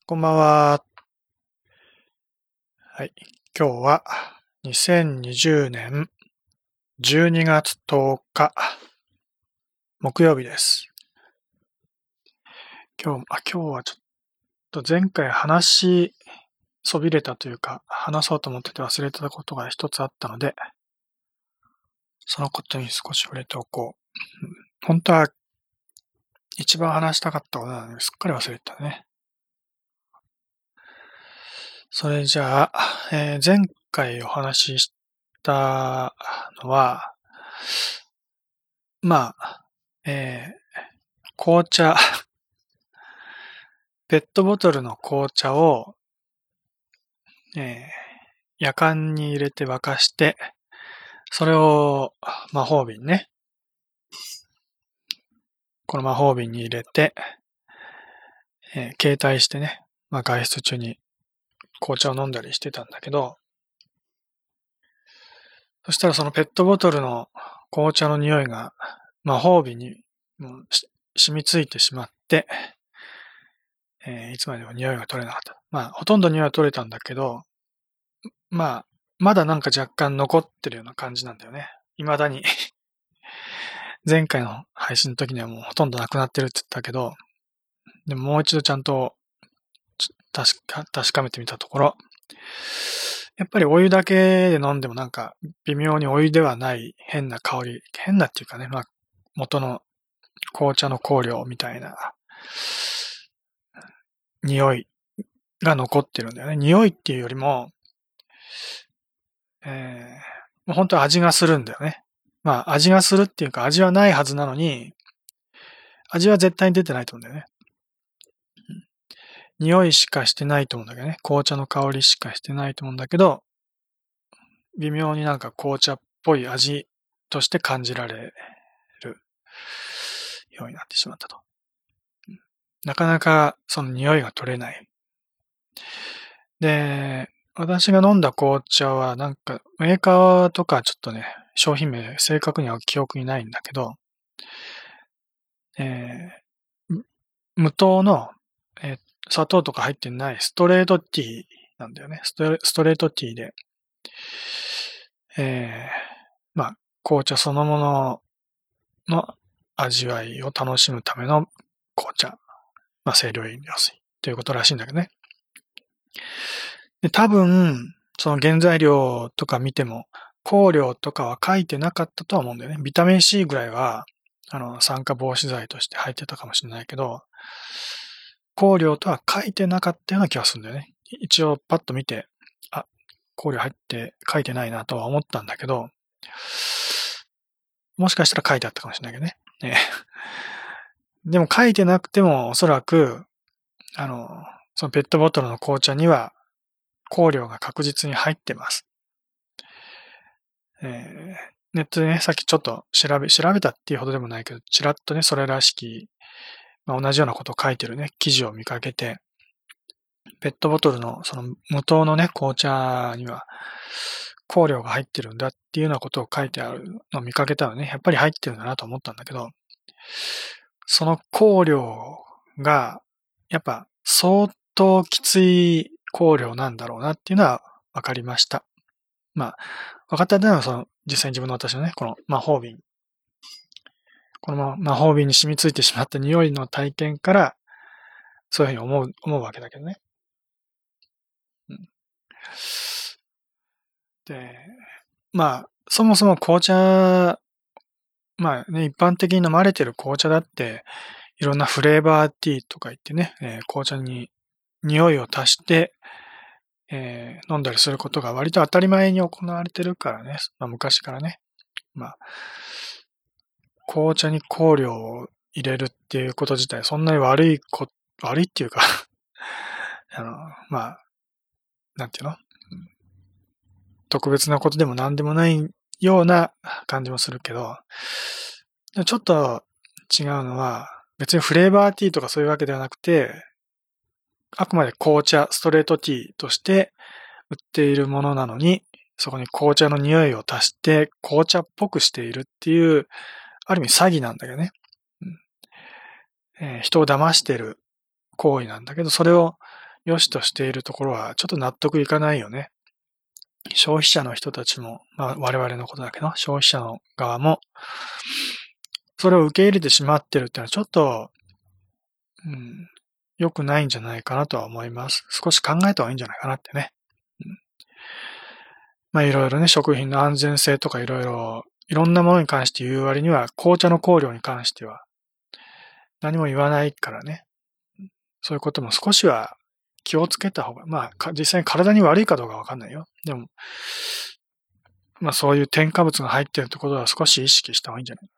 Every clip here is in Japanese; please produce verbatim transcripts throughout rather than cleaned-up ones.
こんばんは。はい。今日はにせんにじゅうねんじゅうにがつとおか木曜日です。今日、あ、今日はちょっと前回話しそびれたというか、話そうと思ってて忘れてたことが一つあったので、そのことに少し触れておこう。うん本当は一番話したかったことなのにすっかり忘れてたね。それじゃあ、えー前回お話ししたのは、まあ、えー紅茶、ペットボトルの紅茶を、えーやかんに入れて沸かして、それを魔法瓶ね。この魔法瓶に入れて、えー携帯してね、まあ、外出中に紅茶を飲んだりしてたんだけど、そしたらそのペットボトルの紅茶の匂いが魔法瓶にもうし染みついてしまって、えーいつまでも匂いが取れなかった。まあ、ほとんど匂いは取れたんだけど、まあ、まだなんか若干残ってるような感じなんだよね。未だに前回の配信の時にはもうほとんどなくなってるって言ったけど、でももう一度ちゃんと確か確かめてみたところ、やっぱりお湯だけで飲んでもなんか微妙にお湯ではない変な香り、変なっていうかね、まあ元の紅茶の香料みたいな匂いが残ってるんだよね。匂いっていうよりも、えー、もう本当は味がするんだよね。まあ味がするっていうか味はないはずなのに、味は絶対に出てないと思うんだよね。匂いしかしてないと思うんだけどね。紅茶の香りしかしてないと思うんだけど、微妙になんか紅茶っぽい味として感じられるようになってしまったと。なかなかその匂いが取れない。で、私が飲んだ紅茶はなんかメーカーとかちょっとね、商品名正確には記憶にないんだけど、えー無糖の、えー砂糖とか入ってないストレートティーなんだよね。ストレストレートティーで、えーまあ、紅茶そのものの味わいを楽しむための紅茶。まあ、清涼飲料水ということらしいんだけどね。で、多分、その原材料とか見ても、香料とかは書いてなかったとは思うんだよね。ビタミン C ぐらいは、あの、酸化防止剤として入ってたかもしれないけど、香料とは書いてなかったような気がするんだよね。一応パッと見て、あ、香料入って書いてないなとは思ったんだけど、もしかしたら書いてあったかもしれないけどね。ねでも書いてなくてもおそらく、あの、そのペットボトルの紅茶には香料が確実に入ってます。えーネットでね、さっきちょっと調べ、調べたっていうほどでもないけど、ちらっとね、それらしき、まあ、同じようなことを書いてるね、記事を見かけて、ペットボトルのその無糖のね、紅茶には香料が入ってるんだっていうようなことを書いてあるのを見かけたらね、やっぱり入ってるんだなと思ったんだけど、その香料が、やっぱ相当きつい香料なんだろうなっていうのは分かりました。まあ、分かったのはその、実際に自分の私のね、この魔法瓶。この魔法瓶に染みついてしまった匂いの体験から、そういうふうに思う、思うわけだけどね。うん、で、まあ、そもそも紅茶、まあね、一般的に飲まれてる紅茶だって、いろんなフレーバーティーとか言ってね、えー紅茶に匂いを足して、えー飲んだりすることが割と当たり前に行われてるからね、まあ、昔からね。まあ、紅茶に香料を入れるっていうこと自体、そんなに悪いこ、悪いっていうかあの、まあ、なんていうの特別なことでも何でもないような感じもするけど、ちょっと違うのは、別にフレーバーティーとかそういうわけではなくて、あくまで紅茶、ストレートティーとして売っているものなのに、そこに紅茶の匂いを足して紅茶っぽくしているっていう、ある意味詐欺なんだけどね。うんえー人を騙している行為なんだけど、それを良しとしているところはちょっと納得いかないよね。消費者の人たちも、まあ我々のことだけど、消費者の側も、それを受け入れてしまってるっていうのはちょっと、うん、良くないんじゃないかなとは思います。少し考えた方がいいんじゃないかなってね。うん、まあいろいろね、食品の安全性とかいろいろ、いろんなものに関して言う割には、紅茶の香料に関しては何も言わないからね。そういうことも少しは気をつけた方が、まあ実際に体に悪いかどうかわかんないよ。でも、まあそういう添加物が入っているってことは少し意識した方がいいんじゃない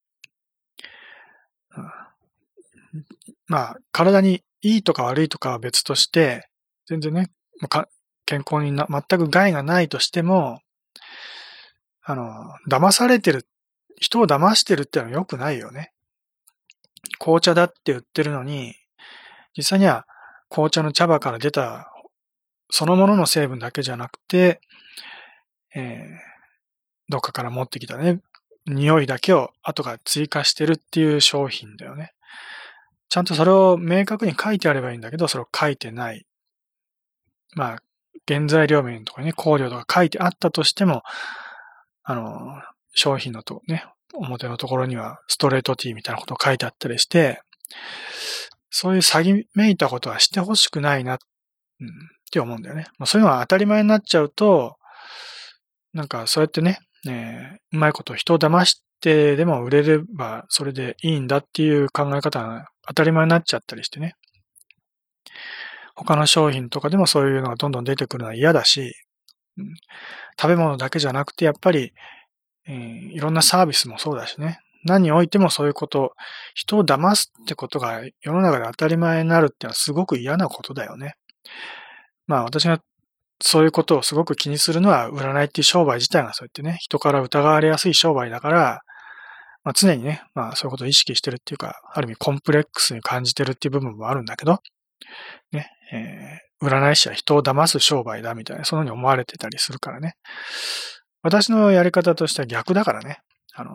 かな。うん、まあ体にいいとか悪いとかは別として、全然ね、健康にな全く害がないとしても、あの、騙されてる、人を騙してるってのは良くないよね。紅茶だって言ってるのに、実際には紅茶の茶葉から出たそのものの成分だけじゃなくて、えー、どっかから持ってきたね、匂いだけを後から追加してるっていう商品だよね。ちゃんとそれを明確に書いてあればいいんだけど、それを書いてない。まあ、原材料名のところにね、香料とか書いてあったとしても、あの、商品のとね、表のところにはストレートティーみたいなことを書いてあったりして、そういう詐欺めいたことはしてほしくないな、うん、って思うんだよね。まあ、そういうのは当たり前になっちゃうと、なんかそうやってね、えー、うまいこと人を騙してでも売れればそれでいいんだっていう考え方が当たり前になっちゃったりしてね。他の商品とかでもそういうのがどんどん出てくるのは嫌だし、うん、食べ物だけじゃなくてやっぱり、えー、いろんなサービスもそうだしね。何においてもそういうこと、人を騙すってことが世の中で当たり前になるってのはすごく嫌なことだよね。まあ私がそういうことをすごく気にするのは占いっていう商売自体がそうやってね、人から疑われやすい商売だから、まあ常にね、まあそういうことを意識してるっていうか、ある意味コンプレックスに感じてるっていう部分もあるんだけど、ね、えー、占い師は人を騙す商売だみたいな、そのように思われてたりするからね。私のやり方としては逆だからね。あの、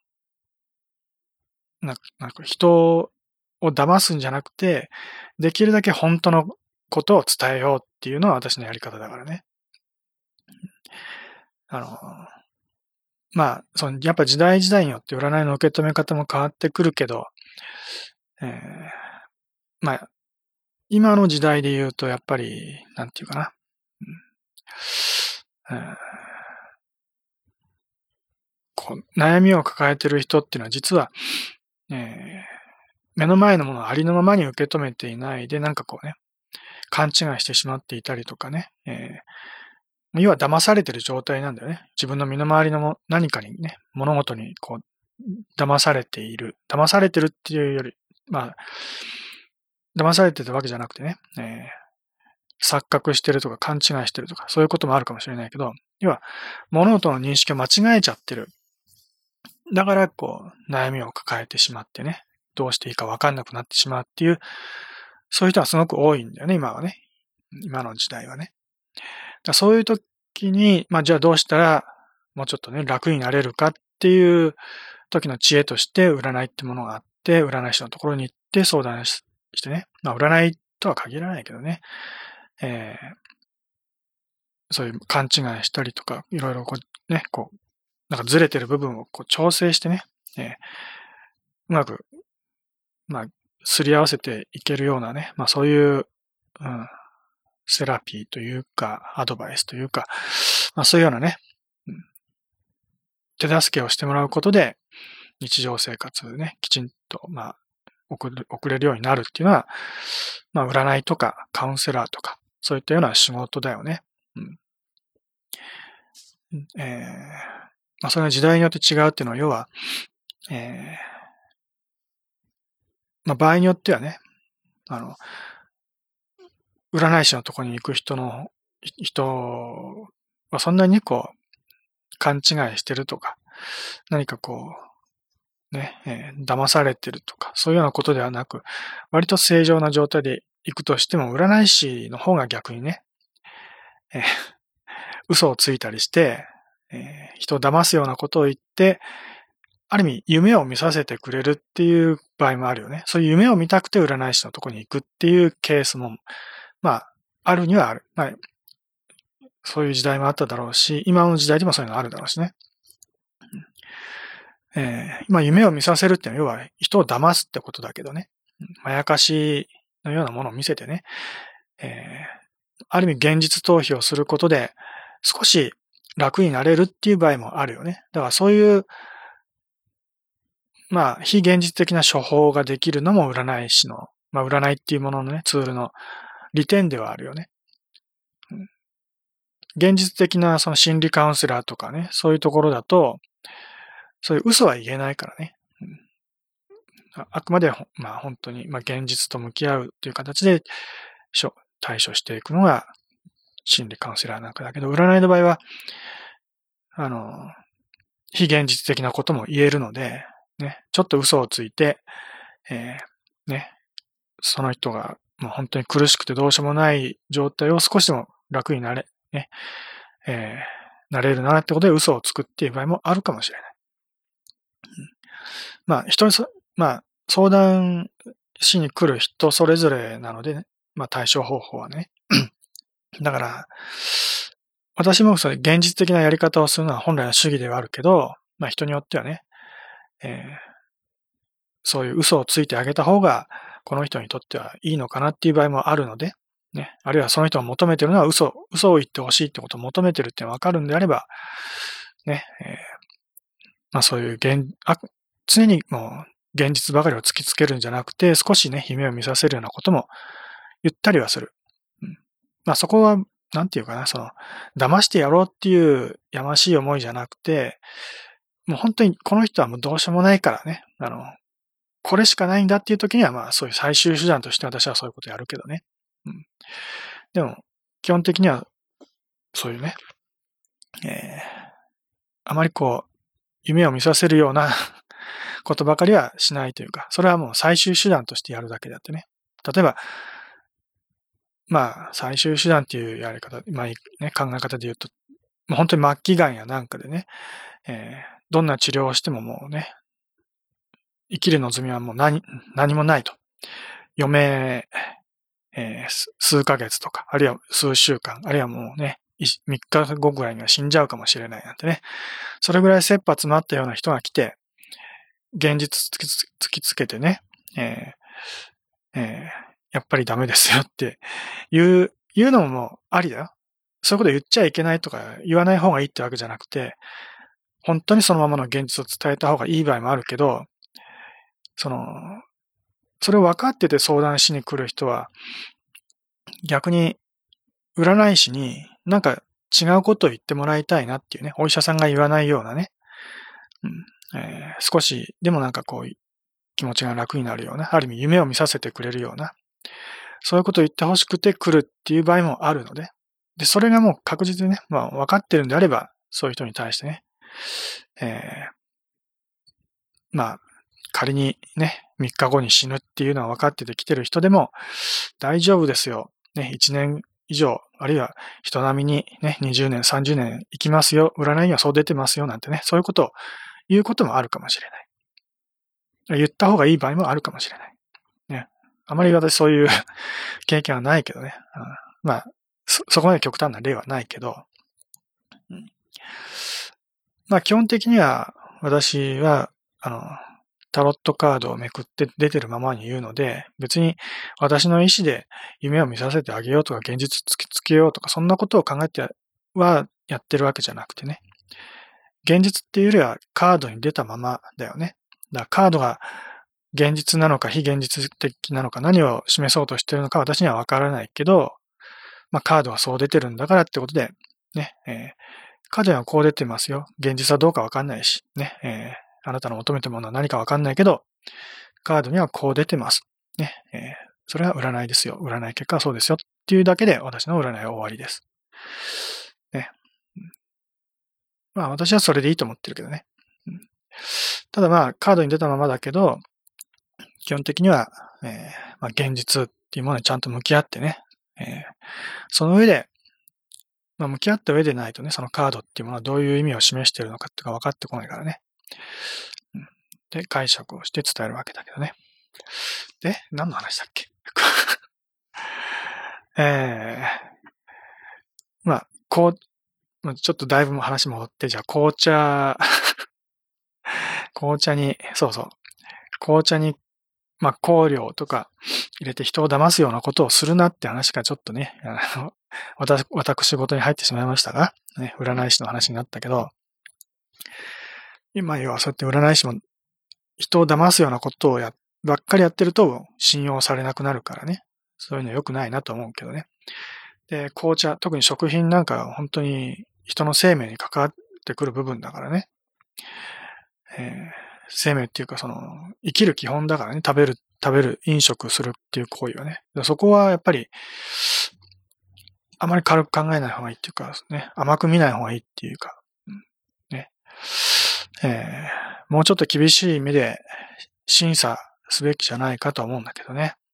ななんか人を騙すんじゃなくて、できるだけ本当のことを伝えようっていうのは私のやり方だからね。あの、まあ、その、やっぱ時代時代によって占いの受け止め方も変わってくるけど、えー、まあ、今の時代で言うと、やっぱり、なんていうかな。うん、えー、こう悩みを抱えている人っていうのは実は、えー、目の前のものをありのままに受け止めていないで、なんかこうね、勘違いしてしまっていたりとかね、えー、要は騙されてる状態なんだよね。自分の身の回りのも何かにね、物事にこう、騙されている。騙されてるっていうより、まあ、騙されてたわけじゃなくてね、えー、錯覚してるとか勘違いしてるとか、そういうこともあるかもしれないけど、要は、物事の認識を間違えちゃってる。だから、こう、悩みを抱えてしまってね、どうしていいかわかんなくなってしまうっていう、そういう人はすごく多いんだよね、今はね。今の時代はね。だそういう時に、まあ、じゃあどうしたら、もうちょっとね、楽になれるかっていう時の知恵として、占いってものがあって、占い師のところに行って相談してね。まあ、占いとは限らないけどね。えー、そういう勘違いしたりとか、いろいろこう、ね、こう、なんかずれてる部分をこう調整してね、えー、うまく、まあ、すり合わせていけるようなね、まあそういう、うん、セラピーというか、アドバイスというか、まあそういうようなね、うん、手助けをしてもらうことで、日常生活ね、きちんと、まあ、送る、送れるようになるっていうのは、まあ占いとかカウンセラーとか、そういったような仕事だよね。うん。えー、まあそれは時代によって違うっていうのは、要は、えー、まあ場合によってはね、あの、占い師のところに行く人の、人はそんなにこう、勘違いしてるとか、何かこう、ね、えー、騙されてるとか、そういうようなことではなく、割と正常な状態で行くとしても、占い師の方が逆にね、えー、嘘をついたりして、えー、人を騙すようなことを言って、ある意味夢を見させてくれるっていう場合もあるよね。そういう夢を見たくて占い師のところに行くっていうケースも、まあ、 あるにはある。まあ、そういう時代もあっただろうし、今の時代でもそういうのあるだろうしね。えー、今夢を見させるっていうのは、要は人を騙すってことだけどね。まやかしのようなものを見せてね、えー、ある意味現実逃避をすることで少し楽になれるっていう場合もあるよね。だからそういう、まあ、非現実的な処方ができるのも占い師の、まあ、占いっていうもののね、ツールの利点ではあるよね。うん、現実的なその心理カウンセラーとかね、そういうところだと、そういう嘘は言えないからね。うん、ああくまで、まあ本当に、まあ現実と向き合うっていう形で対処していくのが心理カウンセラーなんかだけど、占いの場合は、あの、非現実的なことも言えるので、ね、ちょっと嘘をついて、えー、ね、その人がもう本当に苦しくてどうしようもない状態を少しでも楽になれ、ね、えー、なれるなってことで嘘をつくっていう場合もあるかもしれない。うん、まあ、人そ、まあ、相談しに来る人それぞれなので、ね、まあ対処方法はね。だから、私もそれ現実的なやり方をするのは本来の主義ではあるけど、まあ人によってはね、えー、そういう嘘をついてあげた方が、この人にとってはいいのかなっていう場合もあるので、ね、あるいはその人が求めてるのは嘘、嘘を言ってほしいってことを求めてるってわかるんであれば、ね、えー、まあそういう現、あ、常にもう現実ばかりを突きつけるんじゃなくて、少しね、夢を見させるようなことも言ったりはする。うん、まあそこは、なんていうかな、その、騙してやろうっていうやましい思いじゃなくて、もう本当にこの人はもうどうしようもないからね、あの、これしかないんだっていう時には、まあそういう最終手段として私はそういうことやるけどね。うん、でも、基本的には、そういうね、えー、あまりこう、夢を見させるようなことばかりはしないというか、それはもう最終手段としてやるだけであってね。例えば、まあ、最終手段っていうやり方、まあ、ね、考え方で言うと、もう本当に末期癌やなんかでね、えー、どんな治療をしてももうね、生きる望みはもう何、何もないと。余命、えー、数ヶ月とか、あるいは数週間、あるいはもうね、みっかごぐらいには死んじゃうかもしれないなんてね。それぐらい切羽詰まったような人が来て、現実突き突きつけてね、えーえー、やっぱりダメですよっていう、言うのももうありだよ。そういうこと言っちゃいけないとか言わない方がいいってわけじゃなくて、本当にそのままの現実を伝えた方がいい場合もあるけど、その、それを分かってて相談しに来る人は、逆に占い師になんか違うことを言ってもらいたいなっていうね、お医者さんが言わないようなね、うんえー、少しでもなんかこう気持ちが楽になるような、ある意味夢を見させてくれるような、そういうことを言ってほしくて来るっていう場合もあるので、で、それがもう確実にね、まあ分かってるんであれば、そういう人に対してね、えー、まあ、仮にね、みっかごに死ぬっていうのは分かってて来てる人でも、大丈夫ですよ。ね、いちねん以上、あるいは人並みにね、にじゅうねん、さんじゅうねん生きますよ。占いにはそう出てますよ。なんてね、そういうことを言うこともあるかもしれない。言った方がいい場合もあるかもしれない。ね。あまり私そういう経験はないけどね。うん、まあそ、そこまで極端な例はないけど、うん、まあ基本的には私は、あの、タロットカードをめくって出てるままに言うので、別に私の意思で夢を見させてあげようとか現実突きつけようとかそんなことを考えてはやってるわけじゃなくてね。現実っていうよりはカードに出たままだよね。だからカードが現実なのか非現実的なのか何を示そうとしてるのか私にはわからないけど、まあカードはそう出てるんだからってことで、ね、えー、カードにはこう出てますよ。現実はどうかわかんないし、ね、えーあなたの求めてるものは何かわかんないけど、カードにはこう出てます。ね。えー、それは占いですよ。占い結果はそうですよ。っていうだけで私の占いは終わりです。ね。まあ私はそれでいいと思ってるけどね。うん、ただまあカードに出たままだけど、基本的には、えーまあ、現実っていうものにちゃんと向き合ってね。えー、その上で、まあ、向き合った上でないとね、そのカードっていうものはどういう意味を示しているのかっていうか分かってこないからね。で、解釈をして伝えるわけだけどね。で、何の話だっけえー、まあ、こう、ちょっとだいぶ話戻って、じゃあ紅茶、紅茶に、そうそう、紅茶に、まあ、香料とか入れて人を騙すようなことをするなって話がちょっとね、あの、私、私事に入ってしまいましたが、ね、占い師の話になったけど、今要はそうやって占い師も人を騙すようなことをや、ばっかりやってると信用されなくなるからね。そういうの良くないなと思うけどね。で、紅茶、特に食品なんかは本当に人の生命に関わってくる部分だからね。えー生命っていうかその、生きる基本だからね。食べる、食べる、飲食するっていう行為はね。そこはやっぱり、あまり軽く考えない方がいいっていうか、ね、甘く見ない方がいいっていうか、ね。えー、もうちょっと厳しい目で審査すべきじゃないかと思うんだけどね。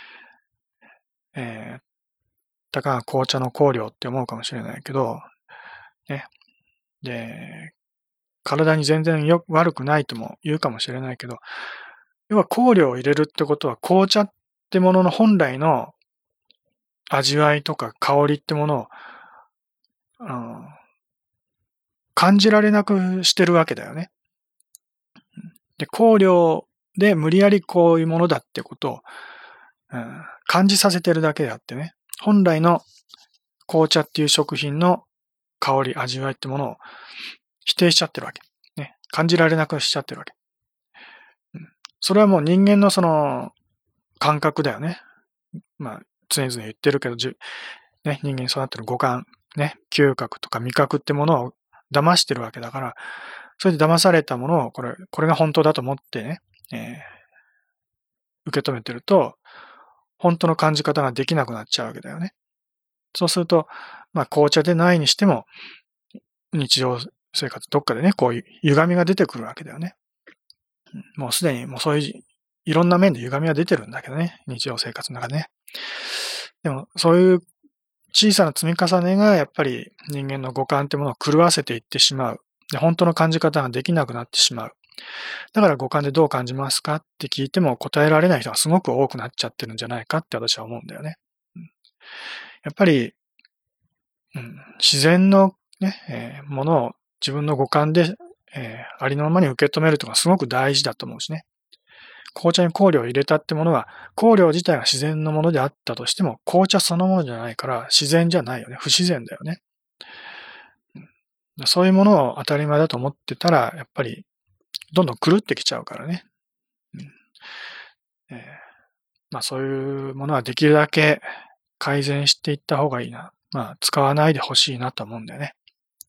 えー、たかが紅茶の香料って思うかもしれないけど、ね。で、体に全然よ悪くないとも言うかもしれないけど、要は香料を入れるってことは紅茶ってものの本来の味わいとか香りってものを、うん、感じられなくしてるわけだよね。で、香料で無理やりこういうものだってことを、うん、感じさせてるだけであってね、本来の紅茶っていう食品の香り、味わいってものを否定しちゃってるわけ。ね。感じられなくしちゃってるわけ。うん、それはもう人間のその感覚だよね。まあ、常々言ってるけど、じね、人間に育ってる五感、ね、嗅覚とか味覚ってものを騙してるわけだから、それで騙されたものを、これ、これが本当だと思ってね、えー、受け止めてると、本当の感じ方ができなくなっちゃうわけだよね。そうすると、まあ、紅茶でないにしても、日常生活どっかでね、こういう歪みが出てくるわけだよね。もうすでにもうそういういろんな面で歪みは出てるんだけどね、日常生活の中でね。でも、そういう小さな積み重ねがやっぱり人間の五感ってものを狂わせていってしまう。で、本当の感じ方ができなくなってしまう。だから五感でどう感じますかって聞いても答えられない人がすごく多くなっちゃってるんじゃないかって私は思うんだよね。うん、やっぱり、うん、自然のね、えー、ものを自分の五感で、えー、ありのままに受け止めるとかすごく大事だと思うしね。紅茶に香料を入れたってものは、香料自体が自然のものであったとしても、紅茶そのものじゃないから自然じゃないよね。不自然だよね。うん、そういうものを当たり前だと思ってたら、やっぱりどんどん狂ってきちゃうからね。うん、えー、まあそういうものはできるだけ改善していった方がいいな。まあ使わないでほしいなと思うんだよね。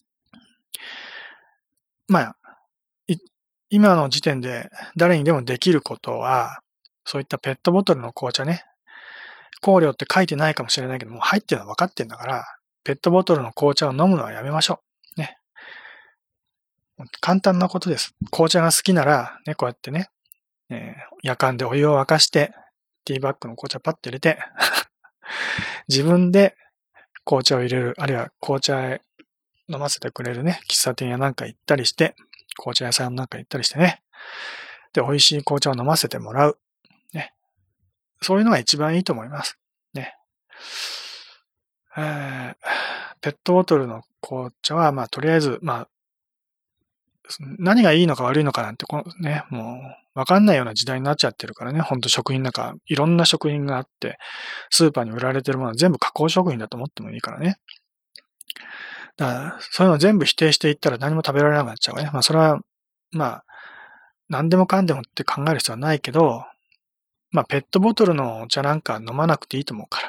まあ、今の時点で誰にでもできることは、そういったペットボトルの紅茶ね、香料って書いてないかもしれないけども、入ってるのは分かってんだから、ペットボトルの紅茶を飲むのはやめましょう。ね。簡単なことです。紅茶が好きなら、ね、こうやってね、えー、夜間でお湯を沸かして、ティーバッグの紅茶パッと入れて自分で紅茶を入れる、あるいは紅茶へ飲ませてくれるね、喫茶店やなんか行ったりして、紅茶屋さんなんか行ったりしてね、で、美味しい紅茶を飲ませてもらう。ね。そういうのが一番いいと思います。ね。えー、ペットボトルの紅茶は、まあ、とりあえず、まあ、何がいいのか悪いのかなんて、このね、もう、わかんないような時代になっちゃってるからね、ほんと食品なんか、いろんな食品があって、スーパーに売られてるものは全部加工食品だと思ってもいいからね。だから、そういうのを全部否定していったら何も食べられなくなっちゃうね。まあ、それは、まあ、何でもかんでもって考える必要はないけど、まあ、ペットボトルのお茶なんか飲まなくていいと思うから。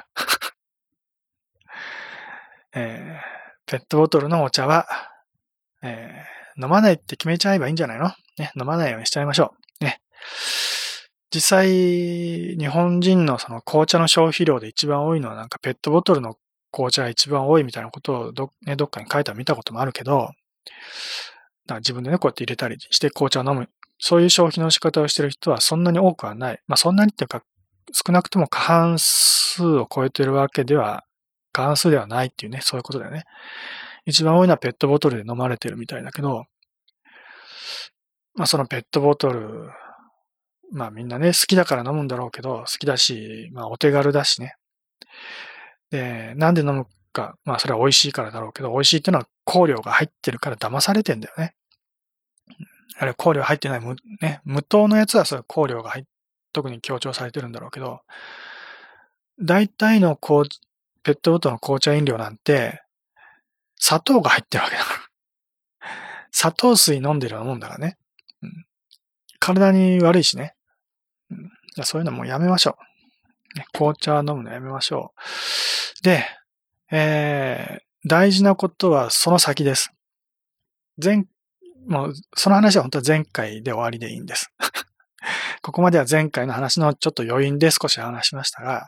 えー、ペットボトルのお茶は、えー、飲まないって決めちゃえばいいんじゃないのね、飲まないようにしちゃいましょう。ね。実際、日本人のその紅茶の消費量で一番多いのはなんかペットボトルの紅茶が一番多いみたいなことをど,、ね、どっかに書いたら見たこともあるけど、だから自分でね、こうやって入れたりして紅茶を飲む。そういう消費の仕方をしている人はそんなに多くはない。まあそんなにっていうか、少なくとも過半数を超えてるわけでは、過半数ではないっていうね、そういうことだよね。一番多いのはペットボトルで飲まれてるみたいだけど、まあそのペットボトル、まあみんなね、好きだから飲むんだろうけど、好きだし、まあお手軽だしね。 で、なんで飲むか、まあそれは美味しいからだろうけど、美味しいっていうのは香料が入ってるから騙されてんだよね。あれ香料入ってない無、ね、無糖のやつはそれ香料が入っ特に強調されてるんだろうけど、大体のこうペットボトルの紅茶飲料なんて、砂糖が入ってるわけだから。砂糖水飲んでるようなもんだからね。うん、体に悪いしね。うん、じゃそういうのもうやめましょう。ね、紅茶飲むのやめましょう。で、えー、大事なことはその先です。前、もう、その話は本当は前回で終わりでいいんです。ここまでは前回の話のちょっと余韻で少し話しましたが、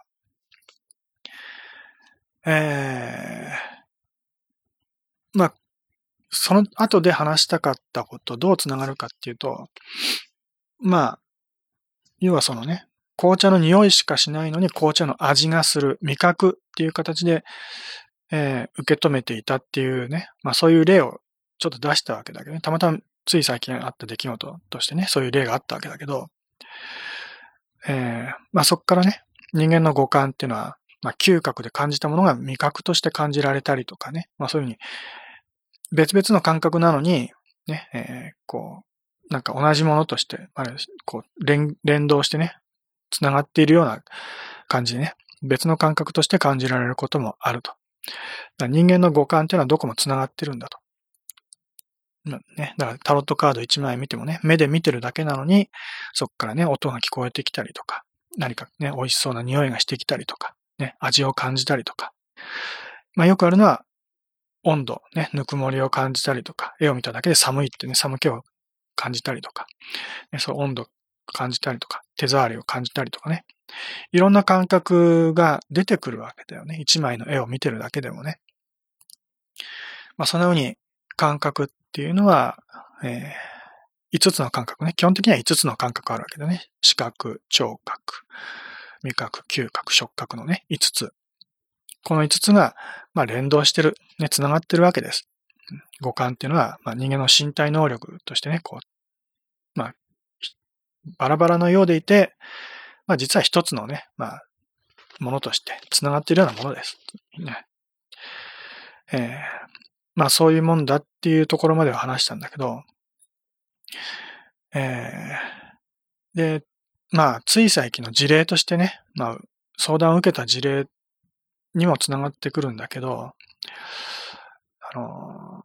えー、まあ、その後で話したかったことどうつながるかっていうと、まあ、要はそのね、紅茶の匂いしかしないのに紅茶の味がする味覚っていう形で、えー、受け止めていたっていうね、まあそういう例をちょっと出したわけだけどね、たまたまつい最近あった出来事としてね、そういう例があったわけだけど、えー、まあそこからね、人間の五感っていうのは、まあ嗅覚で感じたものが味覚として感じられたりとかね、まあそういうふうに別々の感覚なのに、ね、えー、こう、なんか同じものとして、あれ、こう連、連動してね、つながっているような感じでね、別の感覚として感じられることもあると。だから人間の五感っていうのはどこもつながってるんだと。ね、だからタロットカードいちまい見てもね、目で見てるだけなのに、そこからね、音が聞こえてきたりとか、何かね、美味しそうな匂いがしてきたりとか、ね、味を感じたりとか。まあよくあるのは、温度、ね、ぬくもりを感じたりとか、絵を見ただけで寒いってね、寒気を感じたりとか、ね、そう温度を感じたりとか、手触りを感じたりとかね。いろんな感覚が出てくるわけだよね。一枚の絵を見てるだけでもね。まあそのように感覚っていうのは、えー、五つの感覚ね。基本的には五つの感覚あるわけだね。視覚、聴覚、味覚、嗅覚、触覚のね、五つ。この五つが、まあ、連動してる、ね、繋がってるわけです。五感っていうのは、まあ、人間の身体能力としてね、こう、まあ、バラバラのようでいて、まあ、実は一つのね、まあ、ものとして繋がっているようなものです。ねえー、まあ、そういうもんだっていうところまでは話したんだけど、えー、で、まあ、つい最近の事例としてね、まあ、相談を受けた事例にもつながってくるんだけど、あの